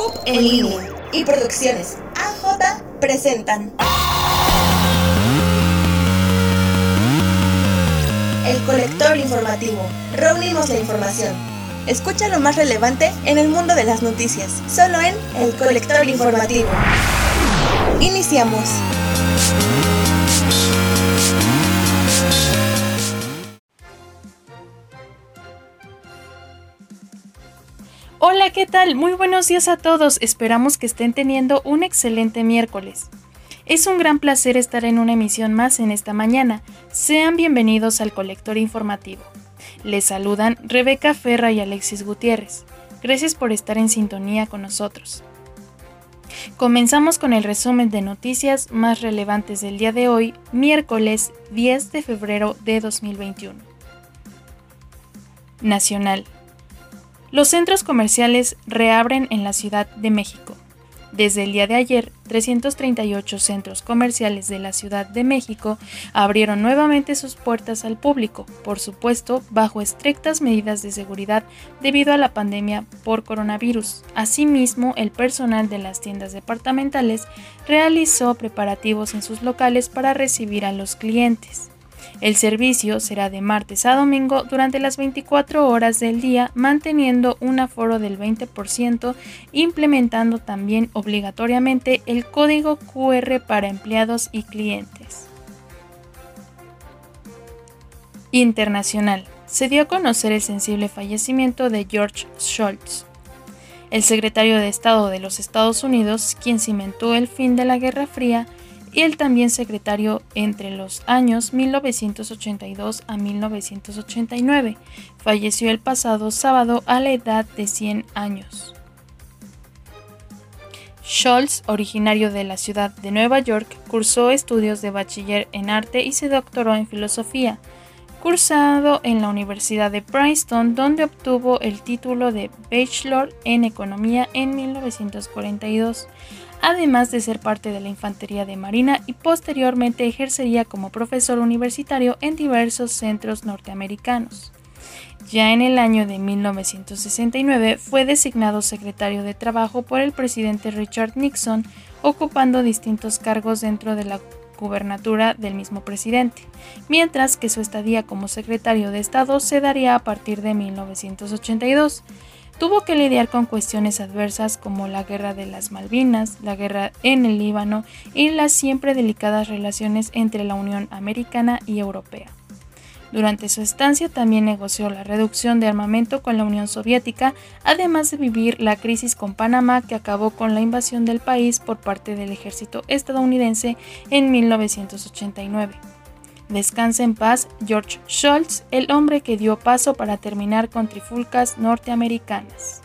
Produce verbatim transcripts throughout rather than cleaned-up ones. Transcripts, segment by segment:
Hub en línea y Producciones A J presentan El Colector Informativo. Reunimos la información. Escucha lo más relevante en el mundo de las noticias, solo en El Colector Informativo. Iniciamos. Hola, ¿qué tal? Muy buenos días a todos. Esperamos que estén teniendo un excelente miércoles. Es un gran placer estar en una emisión más en esta mañana. Sean bienvenidos al Colector Informativo. Les saludan Rebeca Ferra y Alexis Gutiérrez. Gracias por estar en sintonía con nosotros. Comenzamos con el resumen de noticias más relevantes del día de hoy, miércoles diez de febrero de dos mil veintiuno. Nacional. Los centros comerciales reabren en la Ciudad de México. Desde el día de ayer, trescientos treinta y ocho centros comerciales de la Ciudad de México abrieron nuevamente sus puertas al público, por supuesto, bajo estrictas medidas de seguridad debido a la pandemia por coronavirus. Asimismo, el personal de las tiendas departamentales realizó preparativos en sus locales para recibir a los clientes. El servicio será de martes a domingo durante las veinticuatro horas del día, manteniendo un aforo del veinte por ciento, implementando también obligatoriamente el código cu erre para empleados y clientes. Internacional. Se dio a conocer el sensible fallecimiento de George Shultz, el secretario de Estado de los Estados Unidos, quien cimentó el fin de la Guerra Fría, y el también secretario entre los años mil novecientos ochenta y dos a mil novecientos ochenta y nueve. Falleció el pasado sábado a la edad de cien años. Shultz, originario de la ciudad de Nueva York, cursó estudios de bachiller en arte y se doctoró en filosofía, cursado en la Universidad de Princeton, donde obtuvo el título de Bachelor en Economía en mil novecientos cuarenta y dos. Además de ser parte de la Infantería de Marina y posteriormente ejercería como profesor universitario en diversos centros norteamericanos. Ya en el año de mil novecientos sesenta y nueve fue designado secretario de Trabajo por el presidente Richard Nixon, ocupando distintos cargos dentro de la gubernatura del mismo presidente, mientras que su estadía como secretario de Estado se daría a partir de mil novecientos ochenta y dos. Tuvo que lidiar con cuestiones adversas como la guerra de las Malvinas, la guerra en el Líbano y las siempre delicadas relaciones entre la Unión Americana y Europea. Durante su estancia también negoció la reducción de armamento con la Unión Soviética, además de vivir la crisis con Panamá que acabó con la invasión del país por parte del ejército estadounidense en mil novecientos ochenta y nueve. Descansa en paz George Shultz, el hombre que dio paso para terminar con trifulcas norteamericanas.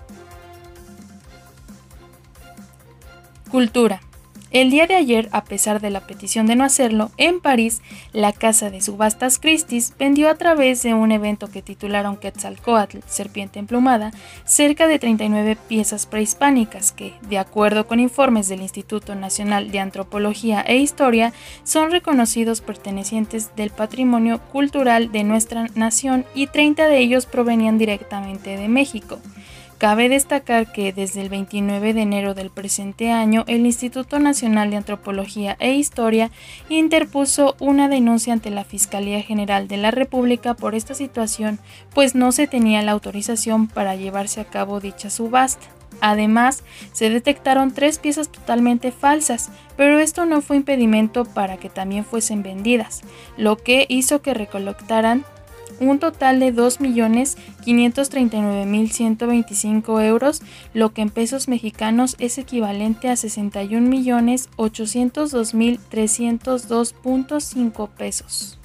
Cultura. El día de ayer, a pesar de la petición de no hacerlo, en París, la casa de subastas Christie's vendió a través de un evento que titularon Quetzalcóatl, serpiente emplumada, cerca de treinta y nueve piezas prehispánicas que, de acuerdo con informes del Instituto Nacional de Antropología e Historia, son reconocidos pertenecientes del patrimonio cultural de nuestra nación y treinta de ellos provenían directamente de México. Cabe destacar que desde el veintinueve de enero del presente año, el Instituto Nacional de Antropología e Historia interpuso una denuncia ante la Fiscalía General de la República por esta situación, pues no se tenía la autorización para llevarse a cabo dicha subasta. Además, se detectaron tres piezas totalmente falsas, pero esto no fue impedimento para que también fuesen vendidas, lo que hizo que recolectaran un total de dos millones quinientos treinta y nueve mil ciento veinticinco euros, lo que en pesos mexicanos es equivalente a sesenta y un millones ochocientos dos mil trescientos dos punto cinco pesos.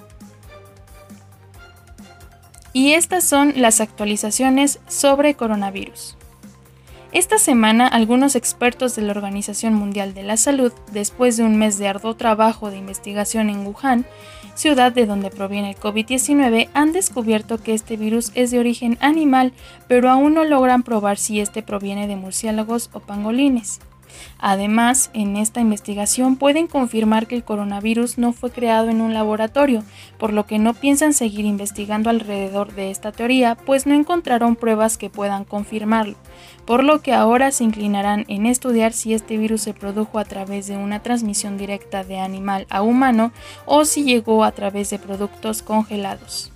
Y estas son las actualizaciones sobre coronavirus. Esta semana, algunos expertos de la Organización Mundial de la Salud, después de un mes de arduo trabajo de investigación en Wuhan, ciudad de donde proviene el COVID diecinueve, han descubierto que este virus es de origen animal, pero aún no logran probar si este proviene de murciélagos o pangolines. Además, en esta investigación pueden confirmar que el coronavirus no fue creado en un laboratorio, por lo que no piensan seguir investigando alrededor de esta teoría, pues no encontraron pruebas que puedan confirmarlo, por lo que ahora se inclinarán en estudiar si este virus se produjo a través de una transmisión directa de animal a humano o si llegó a través de productos congelados.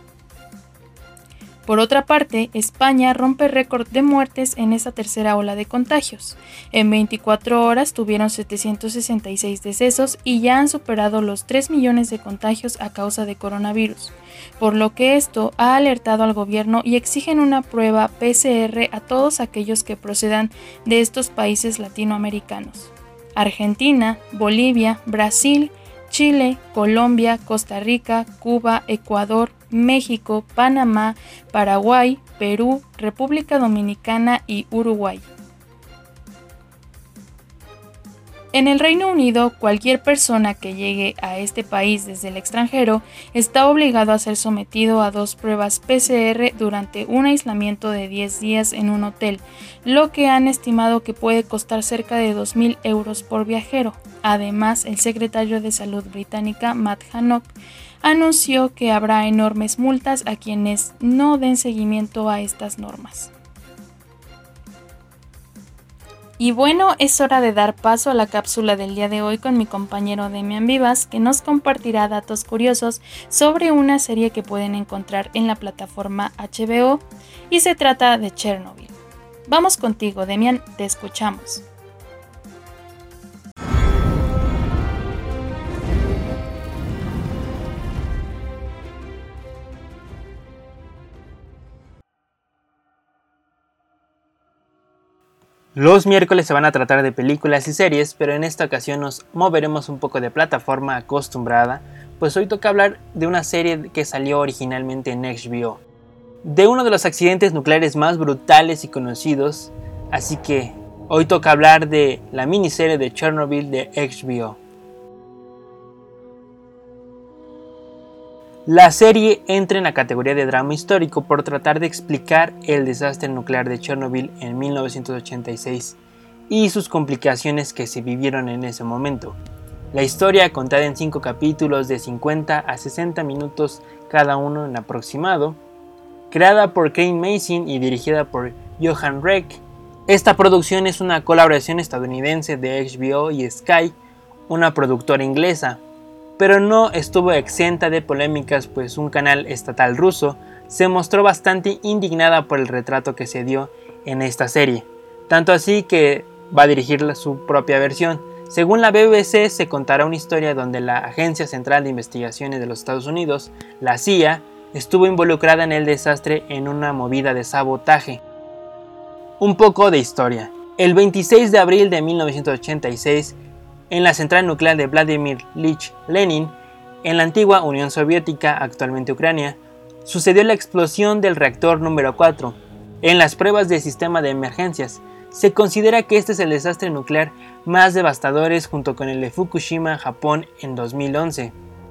Por otra parte, España rompe récord de muertes en esta tercera ola de contagios. En veinticuatro horas tuvieron setecientos sesenta y seis decesos y ya han superado los tres millones de contagios a causa de coronavirus, por lo que esto ha alertado al gobierno y exigen una prueba P C R a todos aquellos que procedan de estos países latinoamericanos. Argentina, Bolivia, Brasil, Chile, Colombia, Costa Rica, Cuba, Ecuador, México, Panamá, Paraguay, Perú, República Dominicana y Uruguay. En el Reino Unido, cualquier persona que llegue a este país desde el extranjero está obligado a ser sometido a dos pruebas P C R durante un aislamiento de diez días en un hotel, lo que han estimado que puede costar cerca de dos mil euros por viajero. Además, el secretario de Salud británica, Matt Hancock, anunció que habrá enormes multas a quienes no den seguimiento a estas normas. Y bueno, es hora de dar paso a la cápsula del día de hoy con mi compañero Demian Vivas, que nos compartirá datos curiosos sobre una serie que pueden encontrar en la plataforma H B O y se trata de Chernobyl. Vamos contigo, Demian, te escuchamos. Los miércoles se van a tratar de películas y series, pero en esta ocasión nos moveremos un poco de plataforma acostumbrada, pues hoy toca hablar de una serie que salió originalmente en H B O, de uno de los accidentes nucleares más brutales y conocidos, así que hoy toca hablar de la miniserie de Chernobyl de H B O. La serie entra en la categoría de drama histórico por tratar de explicar el desastre nuclear de Chernobyl en mil novecientos ochenta y seis y sus complicaciones que se vivieron en ese momento. La historia, contada en cinco capítulos de cincuenta a sesenta minutos cada uno en aproximado, creada por Kevin Mason y dirigida por Johan Reck. Esta producción es una colaboración estadounidense de H B O y Sky, una productora inglesa, pero no estuvo exenta de polémicas, pues un canal estatal ruso se mostró bastante indignada por el retrato que se dio en esta serie, tanto así que va a dirigir su propia versión. Según la B B C, se contará una historia donde la Agencia Central de Investigaciones de los Estados Unidos, la C I A, estuvo involucrada en el desastre en una movida de sabotaje. Un poco de historia. El veintiséis de abril de mil novecientos ochenta y seis, en la central nuclear de Vladimir Ilich Lenin, en la antigua Unión Soviética, actualmente Ucrania, sucedió la explosión del reactor número cuatro. En las pruebas del sistema de emergencias, se considera que este es el desastre nuclear más devastador junto con el de Fukushima, Japón, en dos mil once.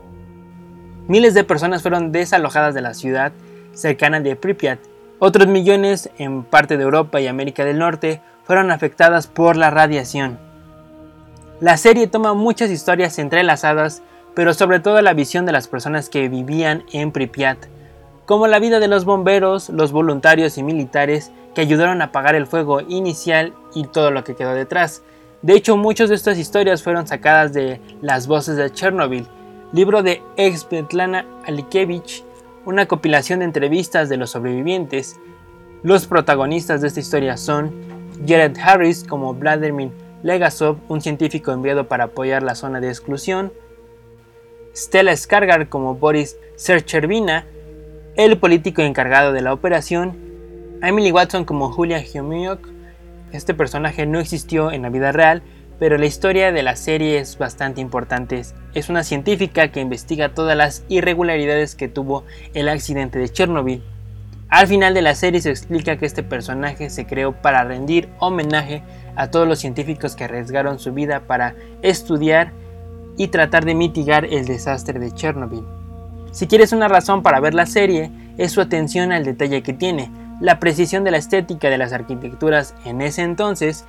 Miles de personas fueron desalojadas de la ciudad cercana de Pripyat. Otros millones en parte de Europa y América del Norte fueron afectadas por la radiación. La serie toma muchas historias entrelazadas, pero sobre todo la visión de las personas que vivían en Pripyat, como la vida de los bomberos, los voluntarios y militares que ayudaron a apagar el fuego inicial y todo lo que quedó detrás. De hecho, muchas de estas historias fueron sacadas de Las Voces de Chernobyl, libro de ex Svetlana Alexievich, una compilación de entrevistas de los sobrevivientes. Los protagonistas de esta historia son Jared Harris como Vladimir Legasov, un científico enviado para apoyar la zona de exclusión, Stella Skarsgård como Boris Serchervina, el político encargado de la operación, Emily Watson como Julia Hyomiuk. Este personaje no existió en la vida real, pero la historia de la serie es bastante importante. Es una científica que investiga todas las irregularidades que tuvo el accidente de Chernobyl. Al final de la serie se explica que este personaje se creó para rendir homenaje a todos los científicos que arriesgaron su vida para estudiar y tratar de mitigar el desastre de Chernobyl. Si quieres una razón para ver la serie, es su atención al detalle que tiene, la precisión de la estética de las arquitecturas en ese entonces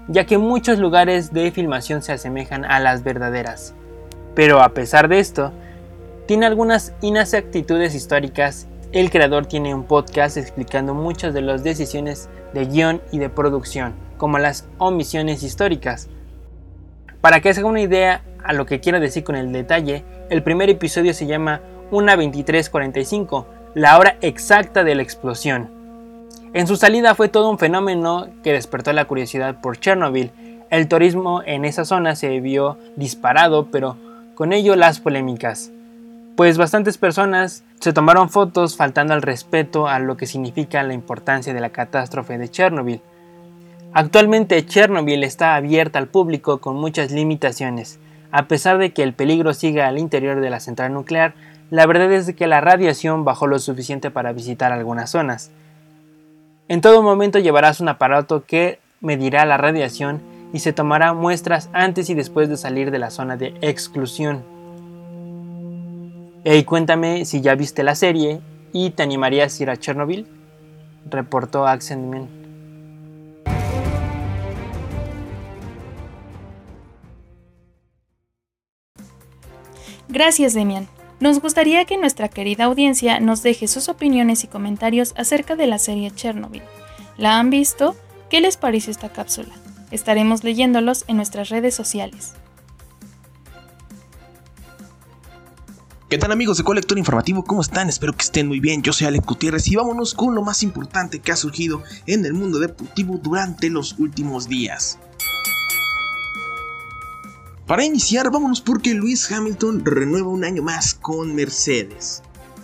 ya que muchos lugares de filmación se asemejan a las verdaderas. Pero a pesar de esto, tiene algunas inexactitudes históricas. El creador tiene un podcast explicando muchas de las decisiones de guión y de producción, como las omisiones históricas. Para que se haga una idea a lo que quiero decir con el detalle, el primer episodio se llama una veintitrés cuarenta y cinco, la hora exacta de la explosión. En su salida fue todo un fenómeno que despertó la curiosidad por Chernobyl. El turismo en esa zona se vio disparado, pero con ello las polémicas, pues bastantes personas se tomaron fotos faltando al respeto a lo que significa la importancia de la catástrofe de Chernobyl. Actualmente Chernobyl está abierta al público con muchas limitaciones. A pesar de que el peligro siga al interior de la central nuclear, la verdad es que la radiación bajó lo suficiente para visitar algunas zonas. En todo momento llevarás un aparato que medirá la radiación y se tomará muestras antes y después de salir de la zona de exclusión. Hey, cuéntame si ya viste la serie y te animarías a ir a Chernobyl, reportó Axelman. Gracias, Demian. Nos gustaría que nuestra querida audiencia nos deje sus opiniones y comentarios acerca de la serie Chernobyl. ¿La han visto? ¿Qué les parece esta cápsula? Estaremos leyéndolos en nuestras redes sociales. ¿Qué tal, amigos de Colector Informativo? ¿Cómo están? Espero que estén muy bien. Yo soy Alex Gutiérrez y vámonos con lo más importante que ha surgido en el mundo deportivo durante los últimos días. Para iniciar, vámonos porque Lewis Hamilton renueva un año más con Mercedes.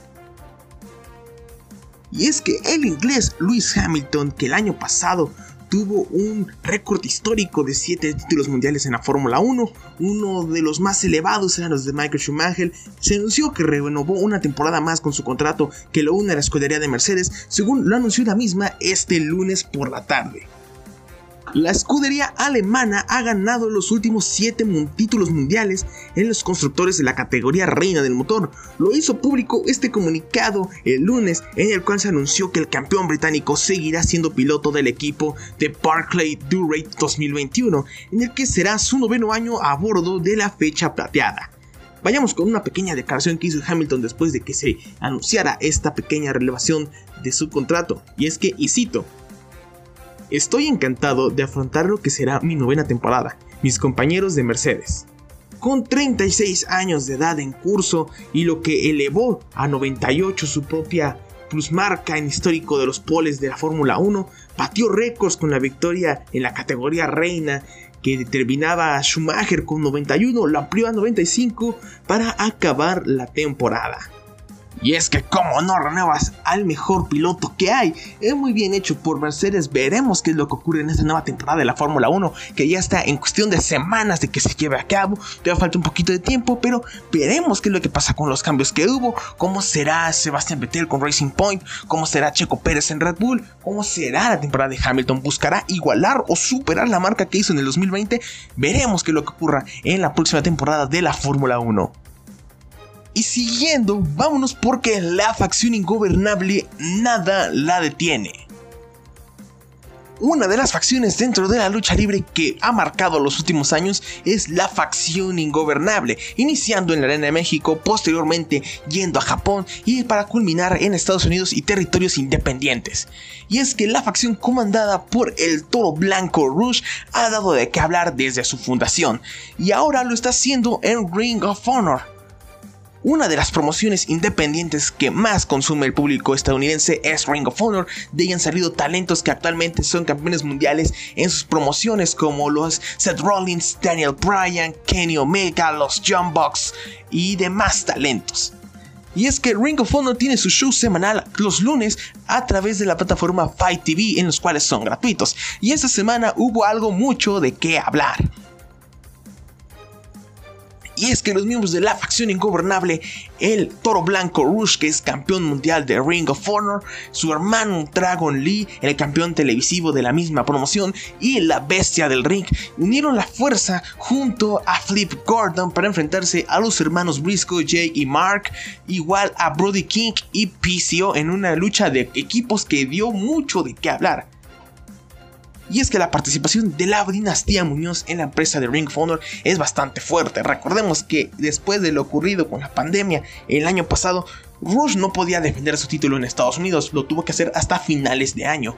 Y es que el inglés Lewis Hamilton, que el año pasado tuvo un récord histórico de siete títulos mundiales en la Fórmula uno, uno de los más elevados eran los de Michael Schumacher, se anunció que renovó una temporada más con su contrato que lo une a la escudería de Mercedes, según lo anunció la misma este lunes por la tarde. La escudería alemana ha ganado los últimos siete títulos mundiales en los constructores de la categoría reina del motor. Lo hizo público este comunicado el lunes, en el cual se anunció que el campeón británico seguirá siendo piloto del equipo de Barclay Durate dos mil veintiuno, en el que será su noveno año a bordo de la fecha plateada. Vayamos con una pequeña declaración que hizo Hamilton después de que se anunciara esta pequeña renovación de su contrato, y es que, y cito: "Estoy encantado de afrontar lo que será mi novena temporada, mis compañeros de Mercedes. Con treinta y seis años de edad en curso y lo que elevó a noventa y ocho su propia plusmarca en histórico de los poles de la Fórmula uno, batió récords con la victoria en la categoría reina que determinaba a Schumacher con noventa y uno, lo amplió a noventa y cinco para acabar la temporada. Y es que como no renuevas al mejor piloto que hay, es muy bien hecho por Mercedes. Veremos qué es lo que ocurre en esta nueva temporada de la Fórmula uno, que ya está en cuestión de semanas de que se lleve a cabo. Todavía falta un poquito de tiempo, pero veremos qué es lo que pasa con los cambios que hubo, cómo será Sebastian Vettel con Racing Point, cómo será Checo Pérez en Red Bull, cómo será la temporada de Hamilton. ¿Buscará igualar o superar la marca que hizo en el dos mil veinte? Veremos qué es lo que ocurra en la próxima temporada de la Fórmula uno. Y siguiendo, vámonos porque la facción ingobernable nada la detiene. Una de las facciones dentro de la lucha libre que ha marcado los últimos años es la facción ingobernable, iniciando en la Arena de México, posteriormente yendo a Japón y para culminar en Estados Unidos y territorios independientes. Y es que la facción comandada por el Toro Blanco Rush ha dado de qué hablar desde su fundación, y ahora lo está haciendo en Ring of Honor. Una de las promociones independientes que más consume el público estadounidense es Ring of Honor. De ahí han salido talentos que actualmente son campeones mundiales en sus promociones, como los Seth Rollins, Daniel Bryan, Kenny Omega, los Young Bucks y demás talentos. Y es que Ring of Honor tiene su show semanal los lunes a través de la plataforma Fight T V, en los cuales son gratuitos. Y esta semana hubo algo mucho de qué hablar. Y es que los miembros de la facción ingobernable, el Toro Blanco Rush, que es campeón mundial de Ring of Honor, su hermano Dragon Lee, el campeón televisivo de la misma promoción, y la bestia del ring, unieron la fuerza junto a Flip Gordon para enfrentarse a los hermanos Briscoe, Jay y Mark, igual a Brody King y P C O, en una lucha de equipos que dio mucho de qué hablar. Y es que la participación de la dinastía Muñoz en la empresa de Ring of Honor es bastante fuerte. Recordemos que después de lo ocurrido con la pandemia el año pasado, Rush no podía defender su título en Estados Unidos, lo tuvo que hacer hasta finales de año.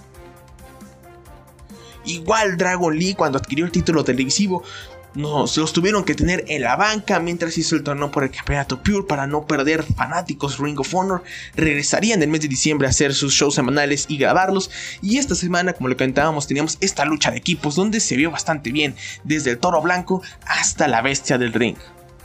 Igual Dragon Lee, cuando adquirió el título televisivo, nos los tuvieron que tener en la banca mientras hizo el torneo por el campeonato Pure para no perder fanáticos. Ring of Honor regresarían del mes de diciembre a hacer sus shows semanales y grabarlos, y esta semana, como lo comentábamos, teníamos esta lucha de equipos donde se vio bastante bien, desde el Toro Blanco hasta la Bestia del Ring.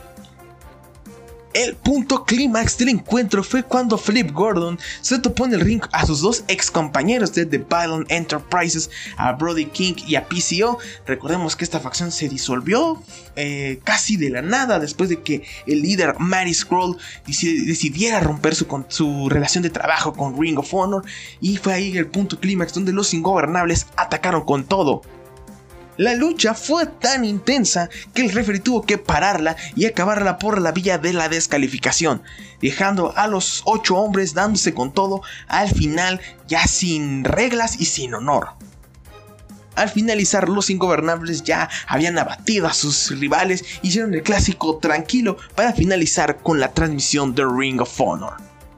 El punto clímax del encuentro fue cuando Flip Gordon se topó en el ring a sus dos ex compañeros de The Violent Enterprises, a Brody King y a P C O. Recordemos que esta facción se disolvió eh, casi de la nada después de que el líder Matty Scroll decidiera romper su, con, su relación de trabajo con Ring of Honor, y fue ahí el punto clímax donde los Ingobernables atacaron con todo. La lucha fue tan intensa que el referee tuvo que pararla y acabarla por la vía de la descalificación, dejando a los ocho hombres dándose con todo al final, ya sin reglas y sin honor. Al finalizar, los Ingobernables ya habían abatido a sus rivales y hicieron el clásico tranquilo para finalizar con la transmisión de Ring of Honor.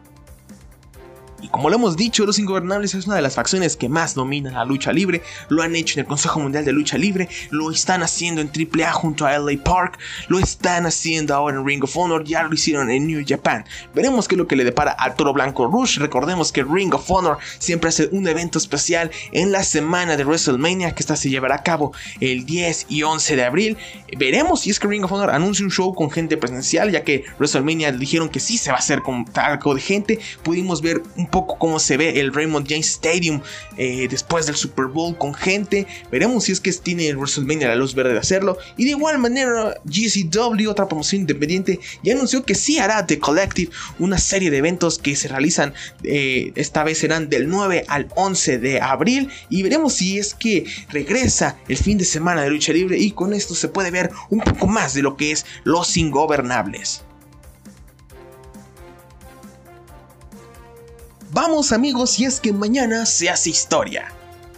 Y como lo hemos dicho, los Ingobernables es una de las facciones que más dominan la lucha libre. Lo han hecho en el Consejo Mundial de Lucha Libre, lo están haciendo en triple A junto a L A Park, lo están haciendo ahora en Ring of Honor, ya lo hicieron en New Japan. Veremos qué es lo que le depara al Toro Blanco Rush. Recordemos que Ring of Honor siempre hace un evento especial en la semana de WrestleMania, que esta se llevará a cabo el diez y once de abril. Veremos si es que Ring of Honor anuncia un show con gente presencial, ya que WrestleMania dijeron que sí se va a hacer con algo de gente. Pudimos ver un poco cómo se ve el Raymond James Stadium eh, después del Super Bowl con gente. Veremos si es que tiene el WrestleMania la luz verde de hacerlo. Y de igual manera, G C W, otra promoción independiente, ya anunció que sí hará The Collective, una serie de eventos que se realizan, eh, esta vez serán del nueve al once de abril, y veremos si es que regresa el fin de semana de lucha libre, y con esto se puede ver un poco más de lo que es los Ingobernables. Vamos amigos, y es que mañana se hace historia.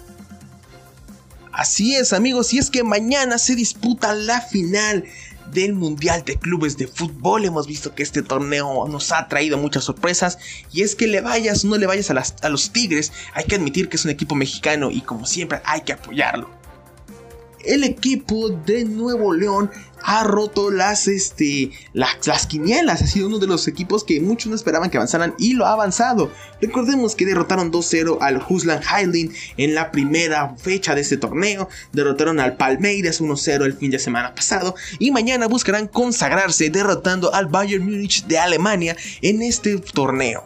Así es amigos, y es que mañana se disputa la final del Mundial de Clubes de Fútbol. Hemos visto que este torneo nos ha traído muchas sorpresas, y es que le vayas o no le vayas a, las, a los Tigres, hay que admitir que es un equipo mexicano y como siempre hay que apoyarlo. El equipo de Nuevo León ha roto las, este, las, las quinielas. Ha sido uno de los equipos que muchos no esperaban que avanzaran y lo ha avanzado. Recordemos que derrotaron dos cero al Husland Highland en la primera fecha de este torneo. Derrotaron al Palmeiras uno cero el fin de semana pasado. Y mañana buscarán consagrarse derrotando al Bayern Múnich de Alemania en este torneo.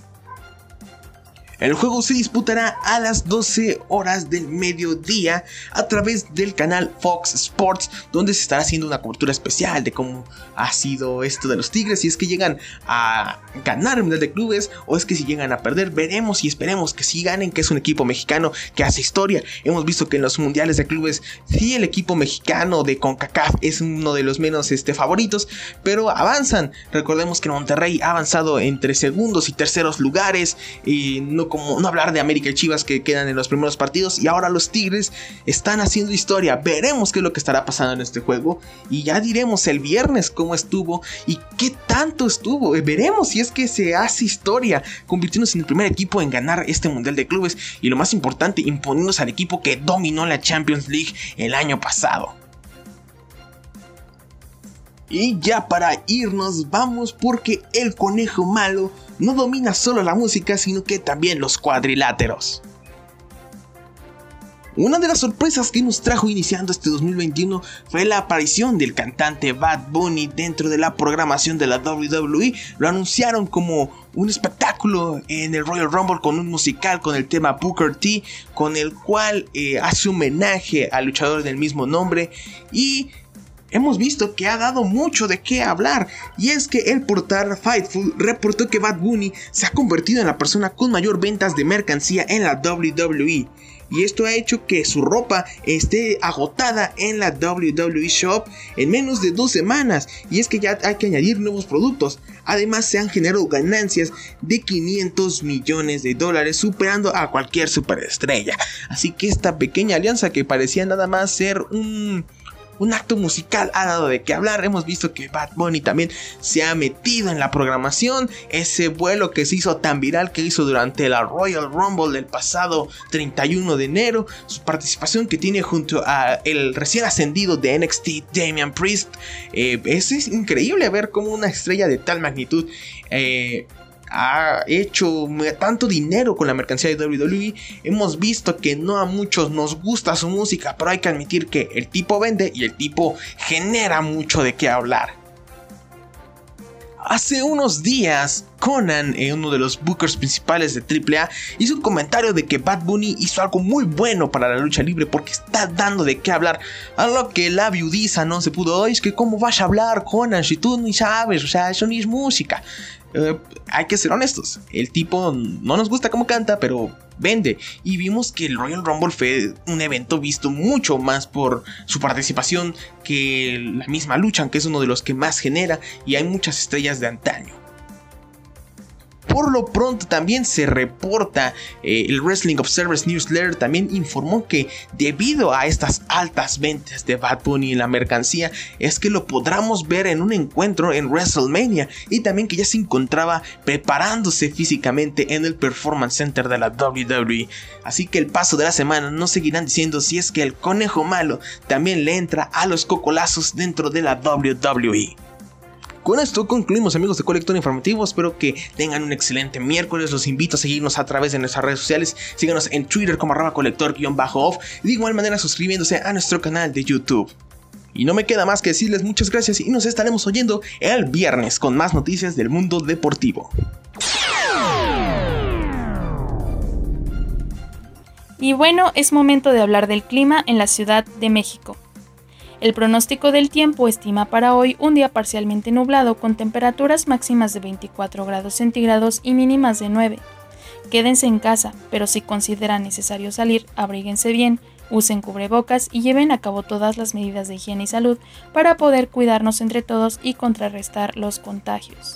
El juego se disputará a las doce horas del mediodía a través del canal Fox Sports, donde se estará haciendo una cobertura especial de cómo ha sido esto de los Tigres, si es que llegan a ganar el Mundial de Clubes o es que si llegan a perder. Veremos y esperemos que sí ganen, que es un equipo mexicano que hace historia. Hemos visto que en los Mundiales de Clubes sí el equipo mexicano de CONCACAF es uno de los menos este, favoritos, pero avanzan. Recordemos que Monterrey ha avanzado entre segundos y terceros lugares, y no como no hablar de América y Chivas que quedan en los primeros partidos, y ahora los Tigres están haciendo historia. Veremos qué es lo que estará pasando en este juego y ya diremos el viernes cómo estuvo y qué tanto estuvo. Veremos si es que se hace historia, convirtiéndose en el primer equipo en ganar este Mundial de Clubes y lo más importante, imponiéndose al equipo que dominó la Champions League el año pasado. Y ya para irnos vamos, porque el conejo malo no domina solo la música, sino que también los cuadriláteros. Una de las sorpresas que nos trajo iniciando este dos mil veintiuno fue la aparición del cantante Bad Bunny dentro de la programación de la W W E. Lo anunciaron como un espectáculo en el Royal Rumble con un musical con el tema Booker T, con el cual eh, hace homenaje al luchador del mismo nombre, y hemos visto que ha dado mucho de qué hablar, y es que el portal Fightful reportó que Bad Bunny se ha convertido en la persona con mayor ventas de mercancía en la W W E. y esto ha hecho que su ropa esté agotada en la W W E Shop en menos de dos semanas, y es que ya hay que añadir nuevos productos. Además, se han generado ganancias de quinientos millones de dólares, superando a cualquier superestrella. Así que esta pequeña alianza, que parecía nada más ser un... un acto musical, ha dado de qué hablar. Hemos visto que Bad Bunny también se ha metido en la programación. Ese vuelo que se hizo tan viral que hizo durante la Royal Rumble del pasado treinta y uno de enero. Su participación que tiene junto a el recién ascendido de N X T, Damian Priest. Eh, es, es increíble ver cómo una estrella de tal magnitud eh, ha hecho tanto dinero con la mercancía de W W E. Hemos visto que no a muchos nos gusta su música, pero hay que admitir que el tipo vende y el tipo genera mucho de qué hablar. Hace unos días, Conan, eh, uno de los bookers principales de triple A, hizo un comentario de que Bad Bunny hizo algo muy bueno para la lucha libre porque está dando de qué hablar. A lo que la viudiza no se pudo. Es que cómo vas a hablar, Conan, si tú ni sabes, o sea, eso ni es música. Uh, hay que ser honestos, el tipo no nos gusta cómo canta, pero vende. Y vimos que el Royal Rumble fue un evento visto mucho más por su participación que la misma lucha, que es uno de los que más genera, y hay muchas estrellas de antaño. Por lo pronto también se reporta, eh, el Wrestling Observer's Newsletter también informó que debido a estas altas ventas de Bad Bunny en la mercancía, es que lo podremos ver en un encuentro en WrestleMania, y también que ya se encontraba preparándose físicamente en el Performance Center de la W W E. Así que el paso de la semana nos seguirán diciendo si es que el conejo malo también le entra a los cocolazos dentro de la W W E. Con esto concluimos, amigos de Colector Informativo. Espero que tengan un excelente miércoles. Los invito a seguirnos a través de nuestras redes sociales. Síganos en Twitter como arroba colector-off. Y de igual manera suscribiéndose a nuestro canal de YouTube. Y no me queda más que decirles muchas gracias y nos estaremos oyendo el viernes con más noticias del mundo deportivo. Y bueno, es momento de hablar del clima en la Ciudad de México. El pronóstico del tiempo estima para hoy un día parcialmente nublado con temperaturas máximas de veinticuatro grados centígrados y mínimas de nueve. Quédense en casa, pero si consideran necesario salir, abríguense bien, usen cubrebocas y lleven a cabo todas las medidas de higiene y salud para poder cuidarnos entre todos y contrarrestar los contagios.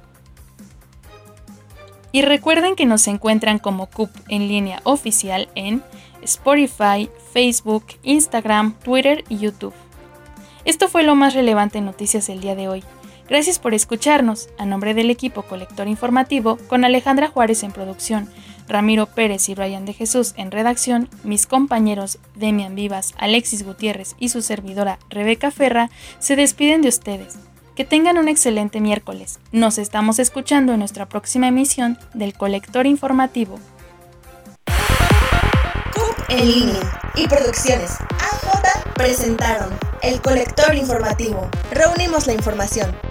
Y recuerden que nos encuentran como C U P en línea oficial en Spotify, Facebook, Instagram, Twitter y YouTube. Esto fue lo más relevante en noticias del día de hoy. Gracias por escucharnos. A nombre del equipo Colector Informativo, con Alejandra Juárez en producción, Ramiro Pérez y Ryan de Jesús en redacción, mis compañeros Demian Vivas, Alexis Gutiérrez y su servidora Rebeca Ferra se despiden de ustedes. Que tengan un excelente miércoles. Nos estamos escuchando en nuestra próxima emisión del Colector Informativo. C U P en línea y Producciones A J presentaron el Colector Informativo. Reunimos la información.